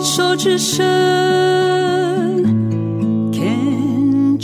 手之声 Can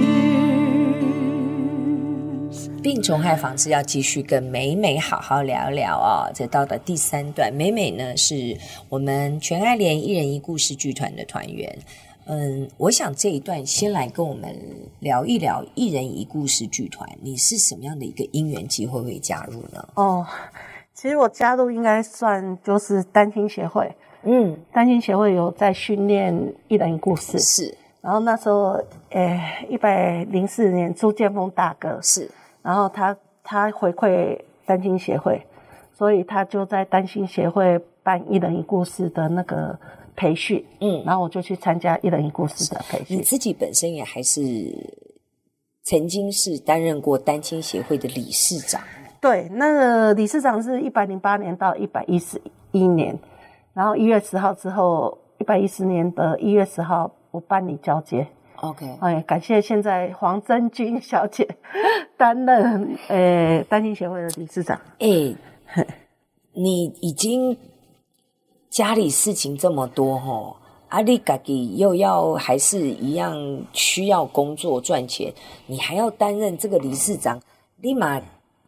Cheers。 病虫害防治要继续跟美美好好聊聊哦。这到了第3段，美美呢是我们全爱莲一人一故事剧团的团员。我想这一段先来跟我们聊一聊一人一故事剧团，你是什么样的一个因缘机会会加入呢？ 其实我加入应该算就是单亲协会，单亲协会有在训练一人一故事， 是。 然后那时候104年朱建峰大哥是， 然后他回馈单亲协会，所以他就在单亲协会办一人一故事的那个培训，然后我就去参加一人一故事的培训。 你自己本身也还是曾经是担任过单亲协会的理事长。 对，那个理事长是108年到111年，然后1月10号之后，110年的1月10号我办理交接。 OK， 感谢现在黄真君小姐担任单亲协会的理事长。 你已经家里事情这么多齁，你自己又要还是一样需要工作赚钱，你还要担任这个理事长，立马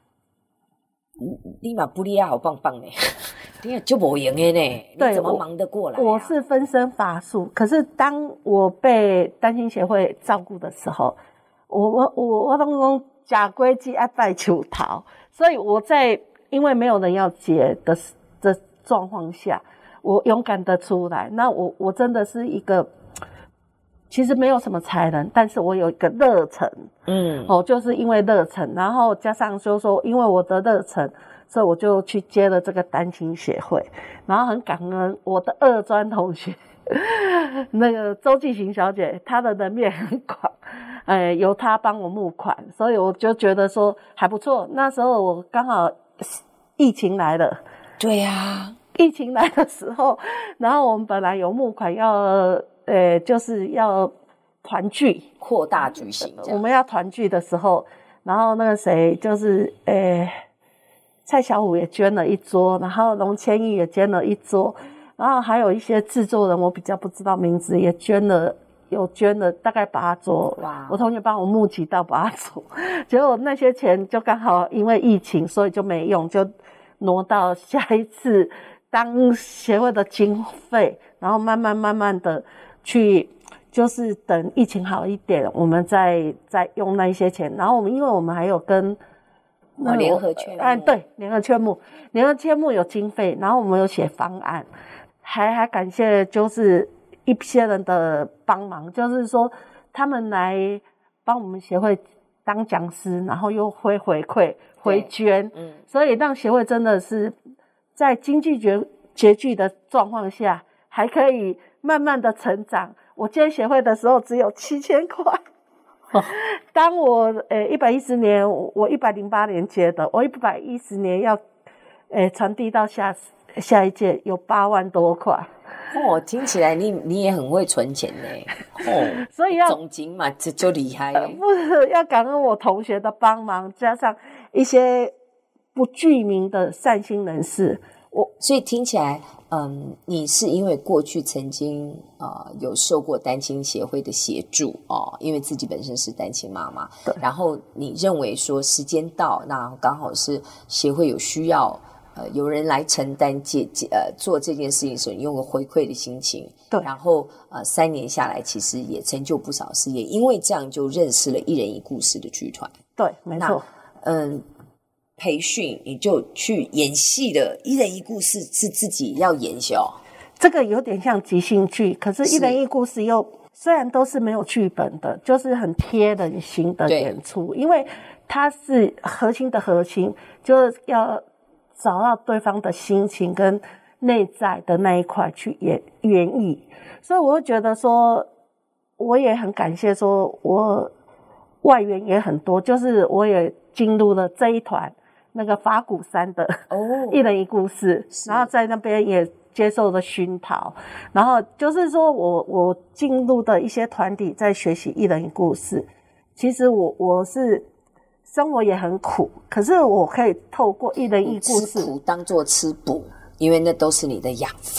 不厉害，好棒棒呢！你就不赢的呢，你怎么忙得过来啊？ 我是分身乏术，可是当我被单亲协会照顾的时候，我当中假规矩爱拜求桃，所以我在因为没有人要接的状况下，我勇敢的出来。那我真的是一个其实没有什么才能，但是我有一个热忱，就是因为热忱，然后加上就是说因为我的热忱，所以我就去接了这个单亲协会，然后很感恩我的二专同学那个周继行小姐，她的人面很广，由她帮我募款，所以我就觉得说还不错。那时候我刚好疫情来了， 对呀， 疫情来的时候，然后我们本来有募款要就是要团聚， 扩大举行， 我们要团聚的时候，然后那个谁就是蔡小虎也捐了一桌，然后龙千亿也捐了一桌，然后还有一些制作人我比较不知道名字也捐了大概8桌，我同学帮我募集到8桌，结果那些钱就刚好因为疫情所以就没用，就挪到下一次当协会的经费，然后慢慢的去就是等疫情好一点，我们再用那一些钱，然后因为我们还有跟联合劝募， 对，联合劝募有经费，然后我们有写方案，还感谢就是一些人的帮忙，就是说他们来帮我们协会当讲师，然后又回馈回捐，所以让协会真的是在经济拮据的状况下，还可以慢慢的成长。我接协会的时候只有7000块。当我110年，我108年接的，我110年要传递到下一届有8万多块。 听起来你也很会存钱呢。 所以要总金嘛，这就厉害了。 不是要感恩我同学的帮忙，加上一些不具名的善心人士。 所以听起来，你是因为过去曾经有受过单亲协会的协助因为自己本身是单亲妈妈，然后你认为说时间到，那刚好是协会有需要，有人来承担做这件事情的时候，你用个回馈的心情， 对， 然后3年下来，其实也成就不少事业，因为这样就认识了一人一故事的剧团， 对，没错， 培训你就去演戏的一人一故事是自己要演这个有点像即兴剧，可是一人一故事又虽然都是没有剧本的，就是很贴人心的演出，因为它是核心的核心，就是要找到对方的心情跟内在的那一块去演绎，所以我会觉得说我也很感谢说我外援也很多，就是我也进入了这一团那个法鼓山的一人一故事，然后在那边也接受了熏陶，然后就是说我进入的一些团体在学习一人一故事，其实我是生活也很苦，可是我可以透过一人一故事， 吃苦当作吃补，因为那都是你的养分。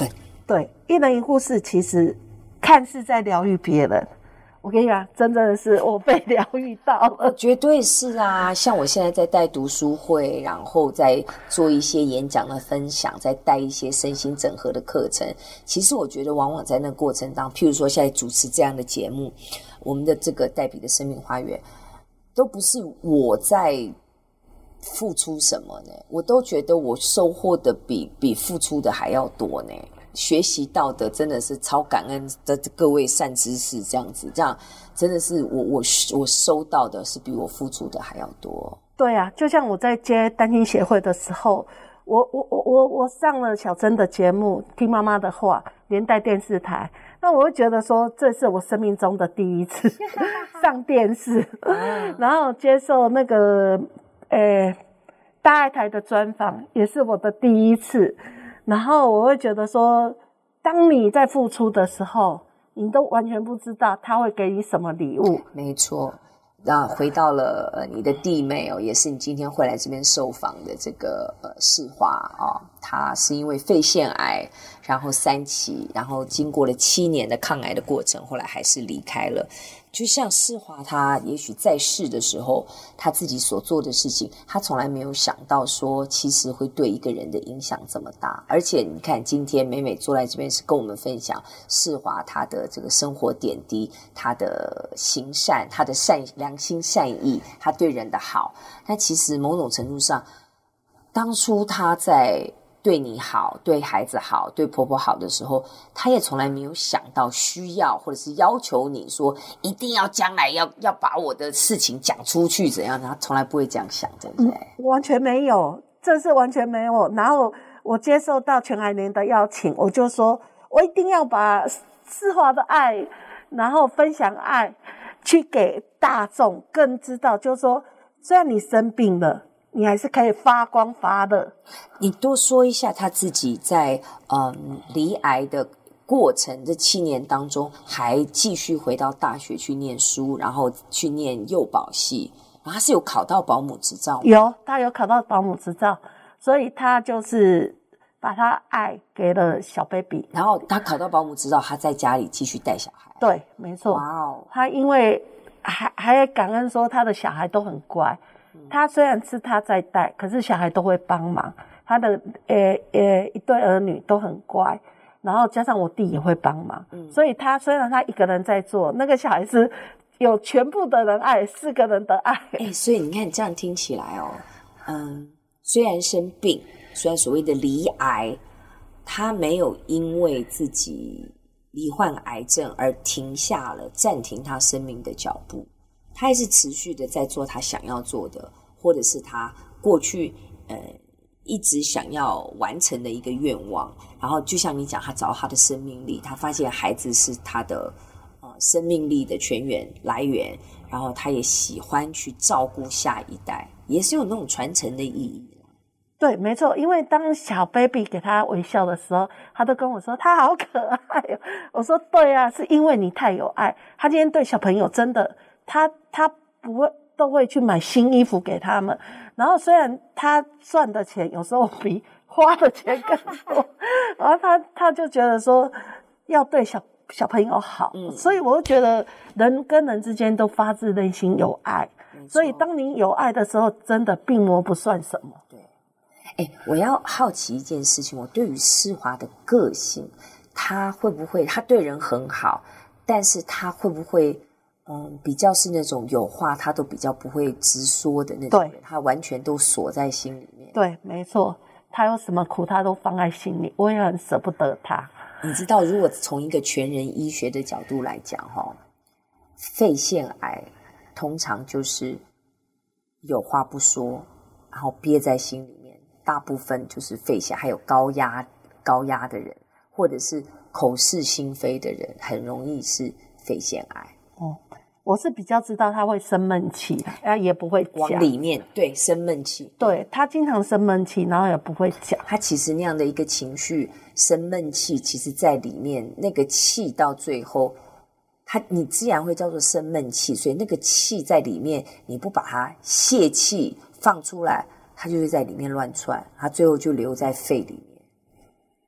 对，一人一故事其实看似在疗愈别人，我跟你讲，真的是我被疗愈到了。 绝对是啊，像我现在在带读书会，然后在做一些演讲的分享，在带一些身心整合的课程。其实我觉得往往在那个过程当中，譬如说现在主持这样的节目，我们的这个黛比的生命花园，都不是我在付出什么呢，我都觉得我收获的比付出的还要多呢。学习到的真的是超感恩的各位善知识，这样子，这样真的是我收到的是比我付出的还要多。 对啊，就像我在接单亲协会的时候，我上了小珍的节目，听妈妈的话，连带电视台，那我会觉得说，这是我生命中的第一次上电视，然后接受那个大爱台的专访，也是我的第一次。然后我会觉得说，当你在付出的时候，你都完全不知道他会给你什么礼物。 没错。那回到了你的弟妹哦，也是你今天会来这边受访的这个世华啊，她是因为肺腺癌，然后3期，然后经过了7年的抗癌的过程，后来还是离开了。就像世华他也许在世的时候，他自己所做的事情，他从来没有想到说其实会对一个人的影响这么大。而且你看今天美美坐在这边是跟我们分享世华他的这个生活点滴，他的行善，他的良心善意，他对人的好。但其实某种程度上，当初他在对你好，对孩子好，对婆婆好的时候，他也从来没有想到需要或者是要求你说一定要将来要把我的事情讲出去怎样，他从来不会这样想，对不对？ 完全没有，这是完全没有。然后我接受到全海联的邀请，我就说我一定要把世华的爱，然后分享爱去给大众更知道，就是说虽然你生病了，你还是可以发光发热。 你多说一下他自己在罹癌的过程，这7年当中还继续回到大学去念书，然后去念幼保系，然后他是有考到保姆执照吗？ 他有考到保姆执照，所以他就是把他爱给了小 baby。 然后他考到保姆执照，他在家里继续带小孩。 对，没错。 哇哦， 他因为还感恩说他的小孩都很乖，他虽然是他在带，可是小孩都会帮忙，他的一对儿女都很乖，然后加上我弟也会帮忙，所以他虽然他一个人在做，那个小孩是有全部的人爱，4个人的爱。 所以你看这样听起来哦，虽然生病，虽然所谓的罹癌，他没有因为自己罹患癌症而暂停他生命的脚步，他还是持续的在做他想要做的，或者是他过去一直想要完成的一个愿望。然后就像你讲，他找到他的生命力，他发现孩子是他的生命力的泉源来源，然后他也喜欢去照顾下一代，也是有那种传承的意义。 对，没错，因为当小 baby 给他微笑的时候，他都跟我说他好可爱哦。我说对啊，是因为你太有爱。他今天对小朋友真的，他不会都会去买新衣服给他们。然后虽然他赚的钱有时候比花的钱更多，然后他就觉得说要对小朋友好，所以我就觉得人跟人之间都发自内心有爱。所以当你有爱的时候，真的病魔不算什么。 我要好奇一件事情，我对于世华的个性，他会不会他对人很好，但是他会不会比较是那种有话他都比较不会直说的那种人，他完全都锁在心里面。 对，没错，他有什么苦他都放在心里，我也很舍不得他。 你知道如果从一个全人医学的角度来讲肺腺癌通常就是有话不说，然后憋在心里面，大部分就是肺腺，还有高压的人，或者是口是心非的人，很容易是肺腺癌。 我是比较知道他会生闷气，也不会讲往里面，对，生闷气， 对，他经常生闷气，然后也不会讲。 他其实那样的一个情绪生闷气，其实在里面那个气到最后你自然会叫做生闷气，所以那个气在里面，你不把它泄气放出来，它就会在里面乱窜，它最后就留在肺里面。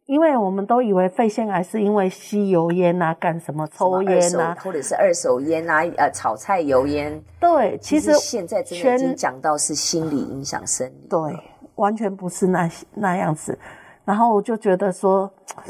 因为我们都以为肺腺癌是因为吸油烟啊，干什么抽烟啊， 或者是二手烟啊，炒菜油烟。 对，其实现在真的已经讲到是心理影响生理。 对，完全不是那样子。然后我就觉得说，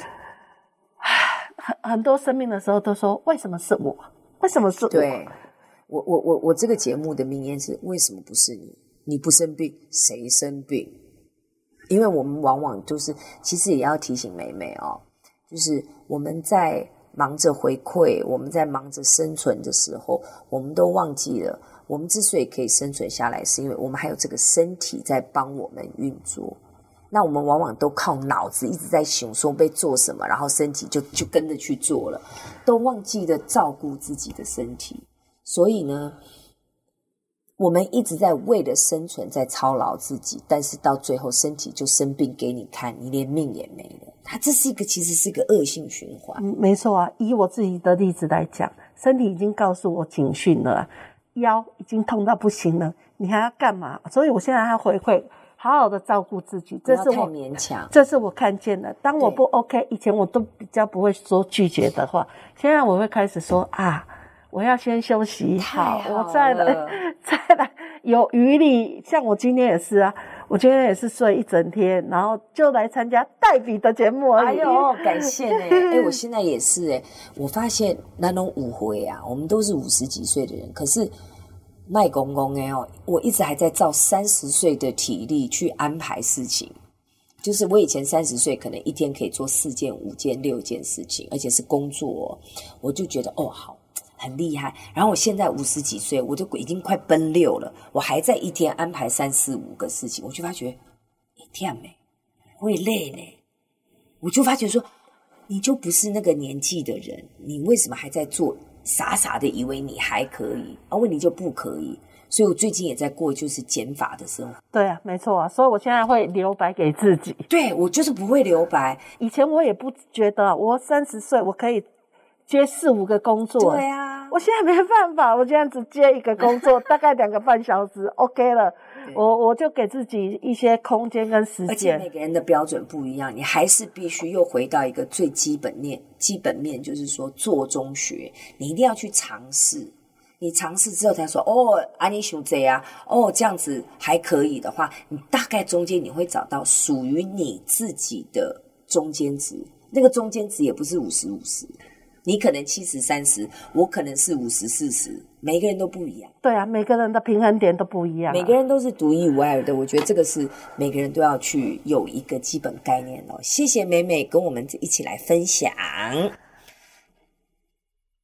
很多生病的时候都说，为什么是我？为什么是我？ 对，我这个节目的名言是：为什么不是你？你不生病，谁生病？因为我们往往就是，其实也要提醒美美哦，就是我们在忙着回馈，我们在忙着生存的时候，我们都忘记了，我们之所以可以生存下来，是因为我们还有这个身体在帮我们运作。那我们往往都靠脑子一直在想说被做什么，然后身体就跟着去做了，都忘记了照顾自己的身体。所以呢，我们一直在为了生存在操劳自己，但是到最后身体就生病给你看，你连命也没了。它这是其实是一个恶性循环。 没错啊，以我自己的例子来讲，身体已经告诉我警讯了，腰已经痛到不行了，你还要干嘛？所以我现在还回馈，好好的照顾自己，这是不要太勉强， 这是我看见的。当我不 OK， 以前我都比较不会说拒绝的话，现在我会开始说啊，我要先休息好，我再来有余力。像我今天也是啊，我今天也是睡一整天，然后就来参加黛比的节目而已。 哎呦，感谢我现在也是我发现那种舞会啊，我们都是50几岁的人，可是卖公公我一直还在照30岁的体力去安排事情。就是我以前30岁可能一天可以做4件、5件、6件事情，而且是工作我就觉得好很厉害。然后我现在50几岁，我就已经快奔6了，我还在一天安排3、4、5个事情，我就发觉天会累呢。我就发觉说，你就不是那个年纪的人，你为什么还在做傻傻的以为你还可以，问题就不可以。所以我最近也在过就是减法的生活。 对啊，没错啊，所以我现在会留白给自己。 对，我就是不会留白。 以前我也不觉得我30岁我可以接4、5个工作。 对啊， 我现在没办法，我现在只接一个工作，大概2个半小时 OK 了。我就给自己一些空间跟时间。 而且每个人的标准不一样，你还是必须又回到一个最基本面，就是说做中学，你一定要去尝试。你尝试之后才说你想这样这样子还可以的话，你大概中间你会找到属于你自己的中间值。那个中间值也不是50-50，你可能70-30，我可能是50-40，每个人都不一样。 对啊，每个人的平衡点都不一样每个人都是独一无二的。我觉得这个是每个人都要去有一个基本概念谢谢美美跟我们一起来分享。